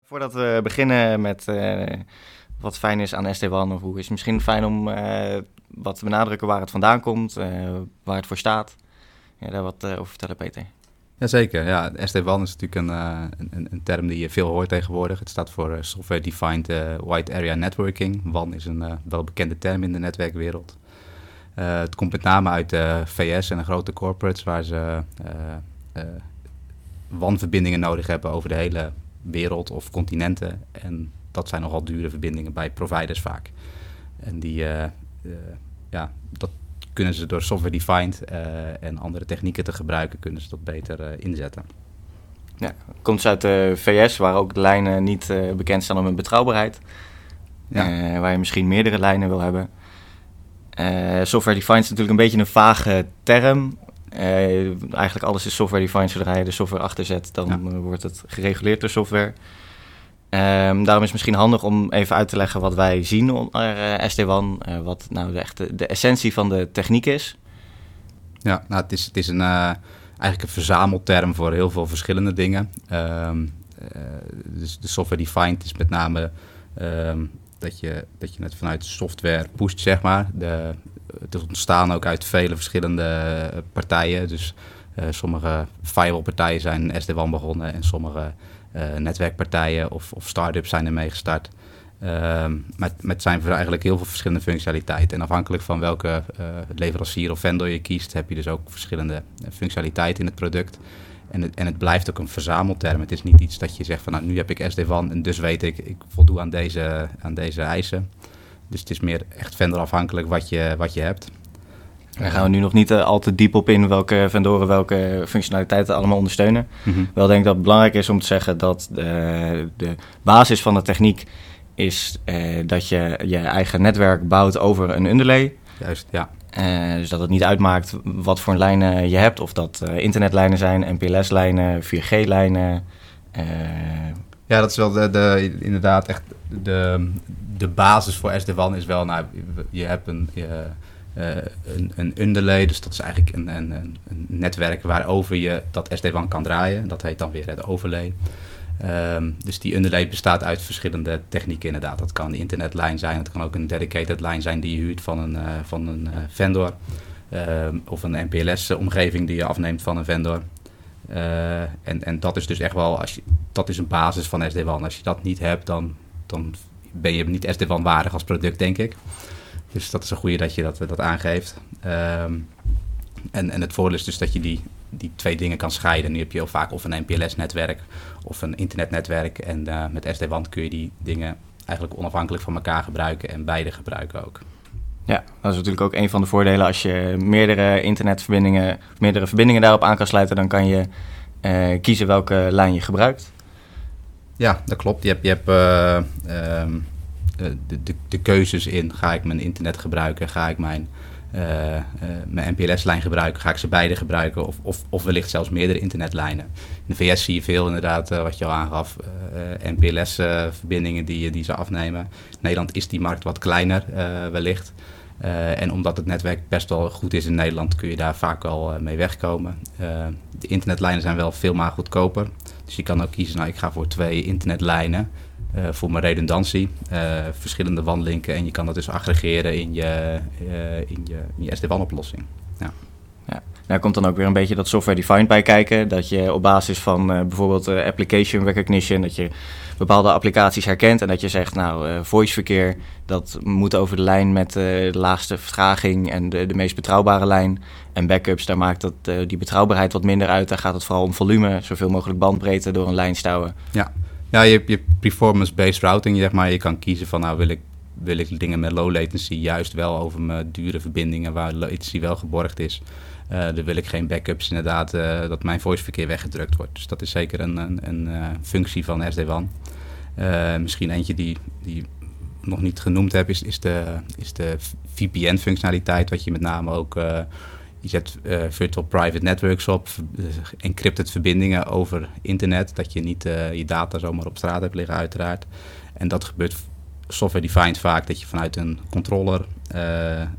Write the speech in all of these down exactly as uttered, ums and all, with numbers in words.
Voordat we beginnen met uh, wat fijn is aan S D WAN, of hoe is het misschien fijn om uh, wat te benadrukken waar het vandaan komt, uh, waar het voor staat. Ja, daar wat uh, over vertellen, Peter. Jazeker, ja. S D WAN is natuurlijk een, uh, een, een term die je veel hoort tegenwoordig. Het staat voor uh, Software Defined uh, Wide Area Networking. WAN is een uh, welbekende term in de netwerkwereld. Uh, het komt met name uit de V S en de grote corporates waar ze uh, uh, WAN-verbindingen nodig hebben over de hele wereld of continenten. En dat zijn nogal dure verbindingen bij providers vaak. En die, uh, uh, ja, dat kunnen ze door software-defined uh, en andere technieken te gebruiken, kunnen ze dat beter uh, inzetten. Ja, komt dus uit de V S, waar ook de lijnen niet uh, bekend staan om hun betrouwbaarheid. Ja. Uh, waar je misschien meerdere lijnen wil hebben. Uh, software-defined is natuurlijk een beetje een vage term. Uh, eigenlijk alles is software-defined. Zodra je de software achterzet, dan ja. uh, wordt het gereguleerd door software. Um, daarom is het misschien handig om even uit te leggen wat wij zien onder uh, S D WAN. Uh, wat nou de, echte, de essentie van de techniek is. Ja, nou, het is, het is een, uh, eigenlijk een verzamelterm voor heel veel verschillende dingen. Um, uh, dus de software-defined is met name um, dat, je, dat je het vanuit software pusht, zeg maar. De, het is ontstaan ook uit vele verschillende partijen. Dus uh, sommige firewall-partijen zijn S D WAN begonnen en sommige uh, netwerkpartijen of, of start-ups zijn ermee gestart. Uh, maar het zijn eigenlijk heel veel verschillende functionaliteiten. En afhankelijk van welke uh, leverancier of vendor je kiest, heb je dus ook verschillende functionaliteiten in het product. En het, en het blijft ook een verzamelterm. Het is niet iets dat je zegt van nou, nu heb ik S D WAN en dus weet ik, ik voldoe aan deze, aan deze eisen. Dus het is meer echt vendorafhankelijk wat je, wat je hebt. Daar gaan we nu nog niet uh, al te diep op in welke vendoren welke functionaliteiten allemaal ondersteunen. Mm-hmm. Wel denk ik dat het belangrijk is om te zeggen dat de, de basis van de techniek is uh, dat je je eigen netwerk bouwt over een underlay. Juist, ja. Uh, dus dat het niet uitmaakt wat voor lijnen je hebt. Of dat uh, internetlijnen zijn, N P L S-lijnen, vier G-lijnen. Uh... Ja, dat is wel de, de, inderdaad echt de, de basis voor S D WAN is wel, nou, je hebt een, je, uh, een, een underlay, dus dat is eigenlijk een, een, een netwerk waarover je dat S D WAN kan draaien. Dat heet dan weer het overlay. Um, dus die underlay bestaat uit verschillende technieken inderdaad. Dat kan een internetlijn zijn, dat kan ook een dedicated lijn zijn die je huurt van een, uh, van een uh, vendor. Um, of een N P L S-omgeving die je afneemt van een vendor. Uh, en, en dat is dus echt wel, als je, dat is een basis van S D WAN. Als je dat niet hebt, dan, dan ben je niet S D WAN waardig als product, denk ik. Dus dat is een goede dat je dat, dat aangeeft. Um, en, en het voordeel is dus dat je die, die twee dingen kan scheiden. Nu heb je heel vaak of een N P L S-netwerk of een internetnetwerk. En uh, met S D WAN kun je die dingen eigenlijk onafhankelijk van elkaar gebruiken en beide gebruiken ook. Ja, dat is natuurlijk ook een van de voordelen. Als je meerdere internetverbindingen, meerdere verbindingen daarop aan kan sluiten, dan kan je uh, kiezen welke lijn je gebruikt. Ja, dat klopt. Je hebt, je hebt uh, um, de, de, de keuzes in. Ga ik mijn internet gebruiken? Ga ik mijn, uh, uh, mijn N P L S-lijn gebruiken? Ga ik ze beide gebruiken? Of, of, of wellicht zelfs meerdere internetlijnen. In de V S zie je veel inderdaad, uh, wat je al aangaf, uh, N P L S-verbindingen uh, die, die ze afnemen. In Nederland is die markt wat kleiner, uh, wellicht. Uh, en omdat het netwerk best wel goed is in Nederland, kun je daar vaak al uh, mee wegkomen. Uh, de internetlijnen zijn wel veel maar goedkoper. Dus je kan ook kiezen, nou ik ga voor twee internetlijnen uh, voor mijn redundantie. Uh, verschillende WAN-linken en je kan dat dus aggregeren in je, uh, in je, in je S D WAN-oplossing. Ja. Ja. Daar komt dan ook weer een beetje dat software-defined bij kijken. Dat je op basis van uh, bijvoorbeeld uh, application recognition, dat je bepaalde applicaties herkent en dat je zegt, nou, uh, voiceverkeer, dat moet over de lijn met uh, de laagste vertraging en de, de meest betrouwbare lijn. En backups, daar maakt dat, uh, die betrouwbaarheid wat minder uit. Daar gaat het vooral om volume, zoveel mogelijk bandbreedte door een lijn stouwen. Ja, ja je hebt je performance-based routing, zeg maar. Je kan kiezen van, nou, wil ik, wil ik dingen met low latency juist wel over mijn dure verbindingen waar latency wel geborgd is. Uh, dan wil ik geen backups inderdaad, uh, dat mijn voiceverkeer weggedrukt wordt. Dus dat is zeker een, een, een uh, functie van S D WAN. Uh, misschien eentje die, die ik nog niet genoemd heb, is, is de, is de V P N-functionaliteit, wat je met name ook, uh, je zet uh, virtual private networks op, uh, encrypted verbindingen over internet, dat je niet uh, je data zomaar op straat hebt liggen uiteraard. En dat gebeurt software-defined vaak, dat je vanuit een controller uh,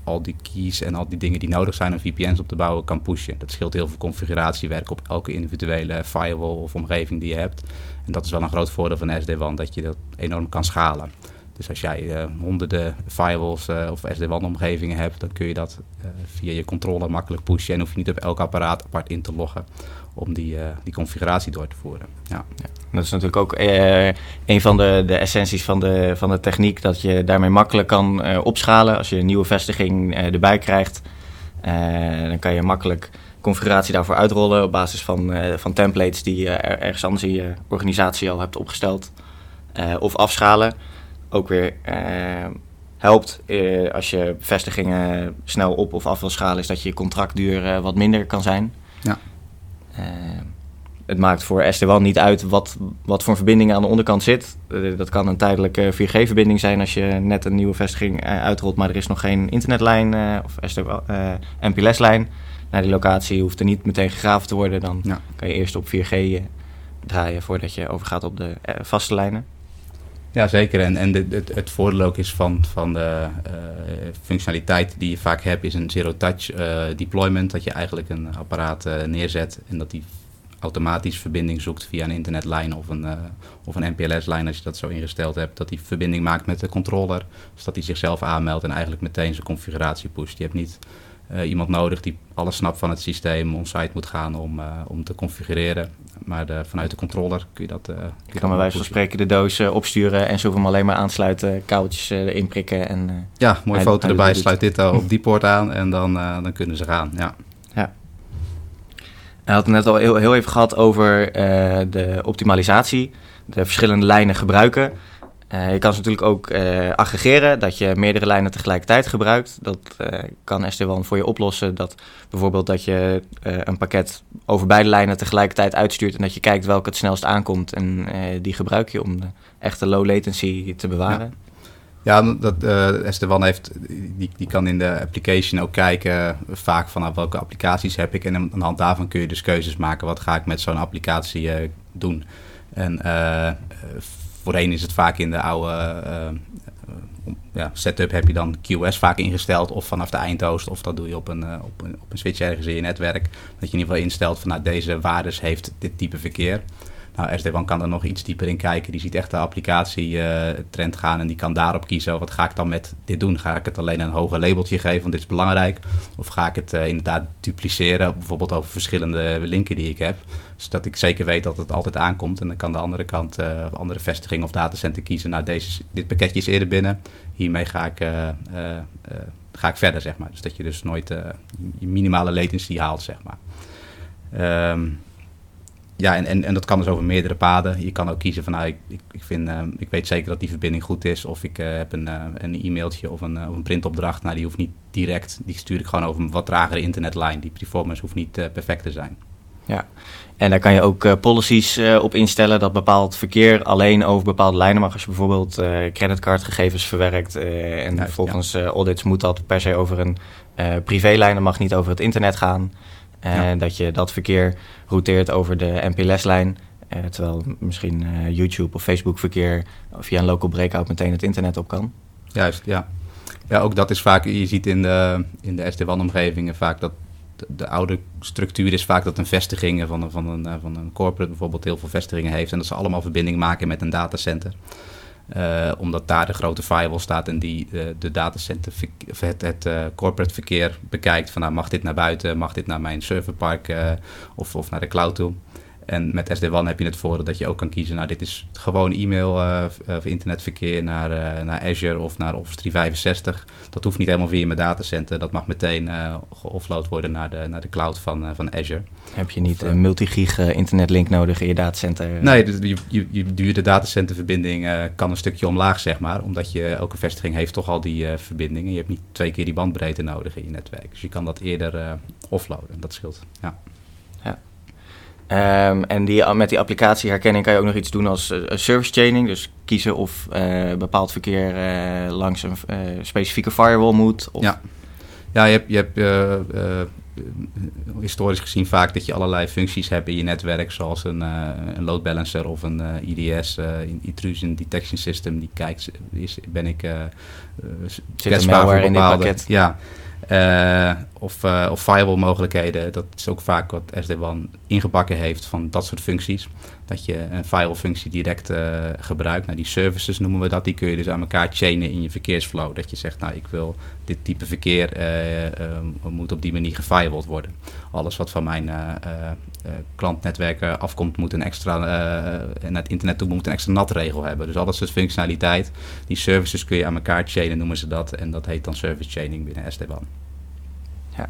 al die keys en al die dingen die nodig zijn om V P N's op te bouwen kan pushen. Dat scheelt heel veel configuratiewerk op elke individuele firewall of omgeving die je hebt. En dat is wel een groot voordeel van S D WAN, dat je dat enorm kan schalen. Dus als jij uh, honderden firewalls uh, of S D WAN omgevingen hebt, dan kun je dat uh, via je controller makkelijk pushen en hoef je niet op elk apparaat apart in te loggen om die, uh, die configuratie door te voeren. Ja. Ja, dat is natuurlijk ook uh, een van de, de essenties van de, van de techniek, dat je daarmee makkelijk kan uh, opschalen. Als je een nieuwe vestiging uh, erbij krijgt, uh, dan kan je makkelijk configuratie daarvoor uitrollen op basis van, uh, van templates die je er, ergens anders in je organisatie al hebt opgesteld. Uh, of afschalen. Ook weer uh, helpt uh, als je vestigingen snel op of af wil schalen, is dat je contractduur uh, wat minder kan zijn. Ja. Uh, het maakt voor S D WAN niet uit wat, wat voor verbinding aan de onderkant zit. Uh, dat kan een tijdelijke vier G verbinding zijn als je net een nieuwe vestiging uh, uitrolt, maar er is nog geen internetlijn uh, of S D WAN, uh, M P L S-lijn. Naar die locatie hoeft er niet meteen gegraven te worden. Dan ja. kan je eerst op vier G uh, draaien voordat je overgaat op de uh, vaste lijnen. Ja, zeker. En, en de, het, het voordeel ook is van, van de uh, functionaliteit die je vaak hebt, is een zero-touch uh, deployment. Dat je eigenlijk een apparaat uh, neerzet en dat die automatisch verbinding zoekt via een internetlijn of een, uh, of een M P L S-lijn, als je dat zo ingesteld hebt. Dat die verbinding maakt met de controller, dus dat hij zichzelf aanmeldt en eigenlijk meteen zijn configuratie pusht. Je hebt niet uh, iemand nodig die alles snapt van het systeem, on-site moet gaan om, uh, om te configureren. Maar de, vanuit de controller kun je dat... Uh, kun je je kan bij wijze van spreken de doos uh, opsturen en ze hoeven hem alleen maar aansluiten, kabeltjes uh, erin prikken. En, uh, ja, mooie hij, foto hij erbij, sluit dit uh, op die poort aan en dan, uh, dan kunnen ze gaan. Ja. Ja. We hadden het net al heel, heel even gehad over uh, de optimalisatie, de verschillende lijnen gebruiken. Uh, je kan ze natuurlijk ook uh, aggregeren, dat je meerdere lijnen tegelijkertijd gebruikt. Dat uh, kan S D WAN voor je oplossen. Dat bijvoorbeeld dat je uh, een pakket over beide lijnen tegelijkertijd uitstuurt en dat je kijkt welke het snelst aankomt. En uh, die gebruik je om de echte low latency te bewaren. Ja, ja dat, uh, S D WAN heeft, die, die kan in de application ook kijken vaak van nou, welke applicaties heb ik. En aan de hand daarvan kun je dus keuzes maken. Wat ga ik met zo'n applicatie uh, doen? En uh, voorheen is het vaak in de oude uh, uh, ja, setup heb je dan Q S vaak ingesteld of vanaf de eindhost of dat doe je op een, uh, op een, op een switch ergens in je netwerk. Dat je in ieder geval instelt van nou, deze waardes heeft dit type verkeer. Nou, S D WAN kan er nog iets dieper in kijken. Die ziet echt de applicatie-trend uh, gaan en die kan daarop kiezen. Wat ga ik dan met dit doen? Ga ik het alleen een hoger labeltje geven, want dit is belangrijk? Of ga ik het uh, inderdaad dupliceren, bijvoorbeeld over verschillende linken die ik heb? Zodat ik zeker weet dat het altijd aankomt. En dan kan de andere kant, uh, andere vestiging of datacenter kiezen. Nou, deze, dit pakketje is eerder binnen. Hiermee ga ik, uh, uh, uh, ga ik verder, zeg maar. Dus dat je dus nooit uh, je minimale latency haalt, zeg maar. Um, Ja, en, en, en dat kan dus over meerdere paden. Je kan ook kiezen van, nou, ik, ik, ik, vind, uh, ik weet zeker dat die verbinding goed is. Of ik uh, heb een, uh, een e-mailtje of een, uh, of een printopdracht. Nou, die hoeft niet direct. Die stuur ik gewoon over een wat tragere internetlijn. Die performance hoeft niet uh, perfect te zijn. Ja, en daar kan je ook uh, policies uh, op instellen dat bepaald verkeer alleen over bepaalde lijnen mag. Als je bijvoorbeeld uh, creditcardgegevens verwerkt uh, en ja, volgens ja. uh, audits moet dat per se over een uh, privélijn. Dat mag niet over het internet gaan. Uh, ja. Dat je dat verkeer routeert over de M P L S-lijn. Uh, terwijl misschien uh, YouTube of Facebook verkeer via een local breakout meteen het internet op kan. Juist, ja. Ja, ook dat is vaak, je ziet in de, in de S D WAN-omgevingen vaak dat de, de oude structuur is vaak dat een vestiging van een, van, een, van een corporate bijvoorbeeld heel veel vestigingen heeft en dat ze allemaal verbinding maken met een datacenter. Uh, omdat daar de grote firewall staat en die uh, de datacenter, ver, het, het uh, corporate verkeer bekijkt. Van nou, mag dit naar buiten, mag dit naar mijn serverpark uh, of, of naar de cloud toe. En met S D WAN heb je het voordeel dat je ook kan kiezen. Nou, dit is gewoon e-mail uh, of internetverkeer naar, uh, naar Azure of naar Office driehonderdvijfenzestig. Dat hoeft niet helemaal via mijn datacenter. Dat mag meteen uh, geoffload worden naar de, naar de cloud van, uh, van Azure. Heb je niet of, een multigig uh, internetlink nodig in je datacenter? Nee, dus je, je, je duurde datacenterverbinding uh, kan een stukje omlaag, zeg maar. Omdat je, elke vestiging heeft toch al die uh, verbindingen. Je hebt niet twee keer die bandbreedte nodig in je netwerk. Dus je kan dat eerder uh, offloaden. Dat scheelt, ja. Ja. Um, en die, met die applicatieherkenning kan je ook nog iets doen als uh, service chaining. Dus kiezen of uh, bepaald verkeer uh, langs een uh, specifieke firewall moet. Of... Ja. ja, je hebt, je hebt uh, uh, historisch gezien vaak dat je allerlei functies hebt in je netwerk, zoals een, uh, een load balancer of een uh, I D S, uh, intrusion detection system. Die kijkt, is, ben ik uh, kwetsbaar voor bepaalde, in dit pakket. Ja, uh, of, uh, of firewall mogelijkheden. Dat is ook vaak wat S D WAN ingebakken heeft van dat soort functies. Dat je een firewall functie direct uh, gebruikt. Nou, die services noemen we dat. Die kun je dus aan elkaar chainen in je verkeersflow. Dat je zegt, nou, ik wil dit type verkeer uh, uh, moet op die manier gefirewalled worden. Alles wat van mijn uh, uh, uh, klantnetwerken afkomt, moet een extra uh, naar het internet toe moet een extra natregel hebben. Dus alles soort functionaliteit. Die services kun je aan elkaar chainen, noemen ze dat. En dat heet dan service chaining binnen S D WAN. Ja.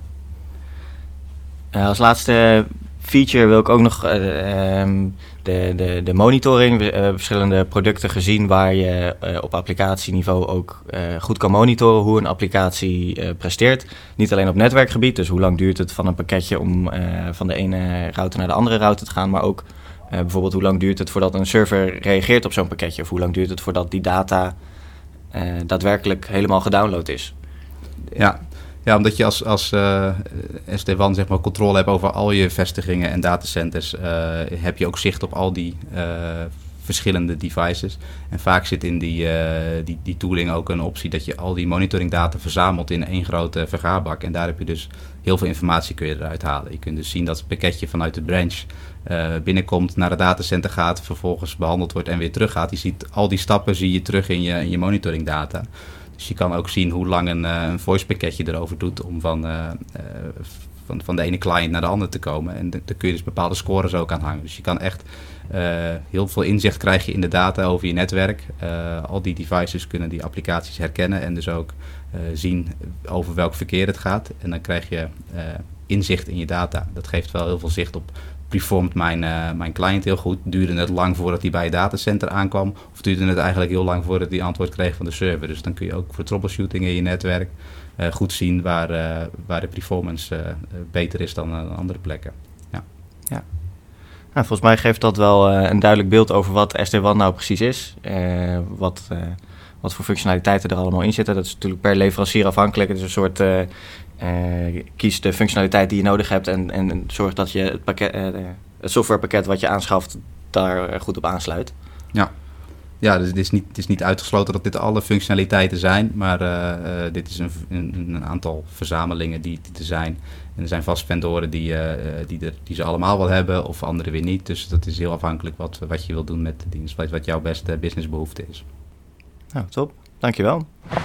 Uh, als laatste feature wil ik ook nog uh, um, de, de, de monitoring. We hebben verschillende producten gezien waar je uh, op applicatieniveau ook uh, goed kan monitoren hoe een applicatie uh, presteert. Niet alleen op netwerkgebied, dus hoe lang duurt het van een pakketje om uh, van de ene router naar de andere router te gaan, maar ook uh, bijvoorbeeld hoe lang duurt het voordat een server reageert op zo'n pakketje, of hoe lang duurt het voordat die data uh, daadwerkelijk helemaal gedownload is. Ja. Ja, omdat je als, als uh, S D WAN zeg maar controle hebt over al je vestigingen en datacenters, uh, heb je ook zicht op al die uh, verschillende devices. En vaak zit in die, uh, die, die tooling ook een optie dat je al die monitoringdata verzamelt in één grote vergaarbak. En daar heb je dus heel veel informatie kun je eruit halen. Je kunt dus zien dat het pakketje vanuit de branch uh, binnenkomt, naar het datacenter gaat, vervolgens behandeld wordt en weer terug gaat. Je ziet al die stappen zie je terug in je, in je monitoringdata. Dus je kan ook zien hoe lang een, uh, een voice pakketje erover doet om van, uh, uh, van, van de ene client naar de andere te komen. En daar kun je dus bepaalde scores ook aan hangen. Dus je kan echt uh, heel veel inzicht krijgen in de data over je netwerk. Uh, al die devices kunnen die applicaties herkennen en dus ook uh, zien over welk verkeer het gaat. En dan krijg je uh, inzicht in je data. Dat geeft wel heel veel zicht op. Performt mijn, uh, mijn client heel goed? Duurde het lang voordat hij bij het datacenter aankwam? Of duurde het eigenlijk heel lang voordat hij antwoord kreeg van de server? Dus dan kun je ook voor troubleshooting in je netwerk uh, goed zien waar, uh, waar de performance uh, beter is dan aan andere plekken. Ja. Ja. Nou, volgens mij geeft dat wel uh, een duidelijk beeld over wat S D WAN nou precies is. Uh, wat, uh, wat voor functionaliteiten er allemaal in zitten. Dat is natuurlijk per leverancier afhankelijk. Het is een soort Uh, Uh, kies de functionaliteit die je nodig hebt en, en zorg dat je het, pakket, uh, het softwarepakket wat je aanschaft daar goed op aansluit. Ja, ja dus het, is niet, het is niet uitgesloten dat dit alle functionaliteiten zijn, maar uh, uh, dit is een, een, een aantal verzamelingen die, die er zijn. En er zijn vast vendoren die, uh, die, er, die ze allemaal wel hebben of anderen weer niet. Dus dat is heel afhankelijk wat, wat je wilt doen met de dienst, wat jouw beste businessbehoefte is. Nou, top. Dankjewel.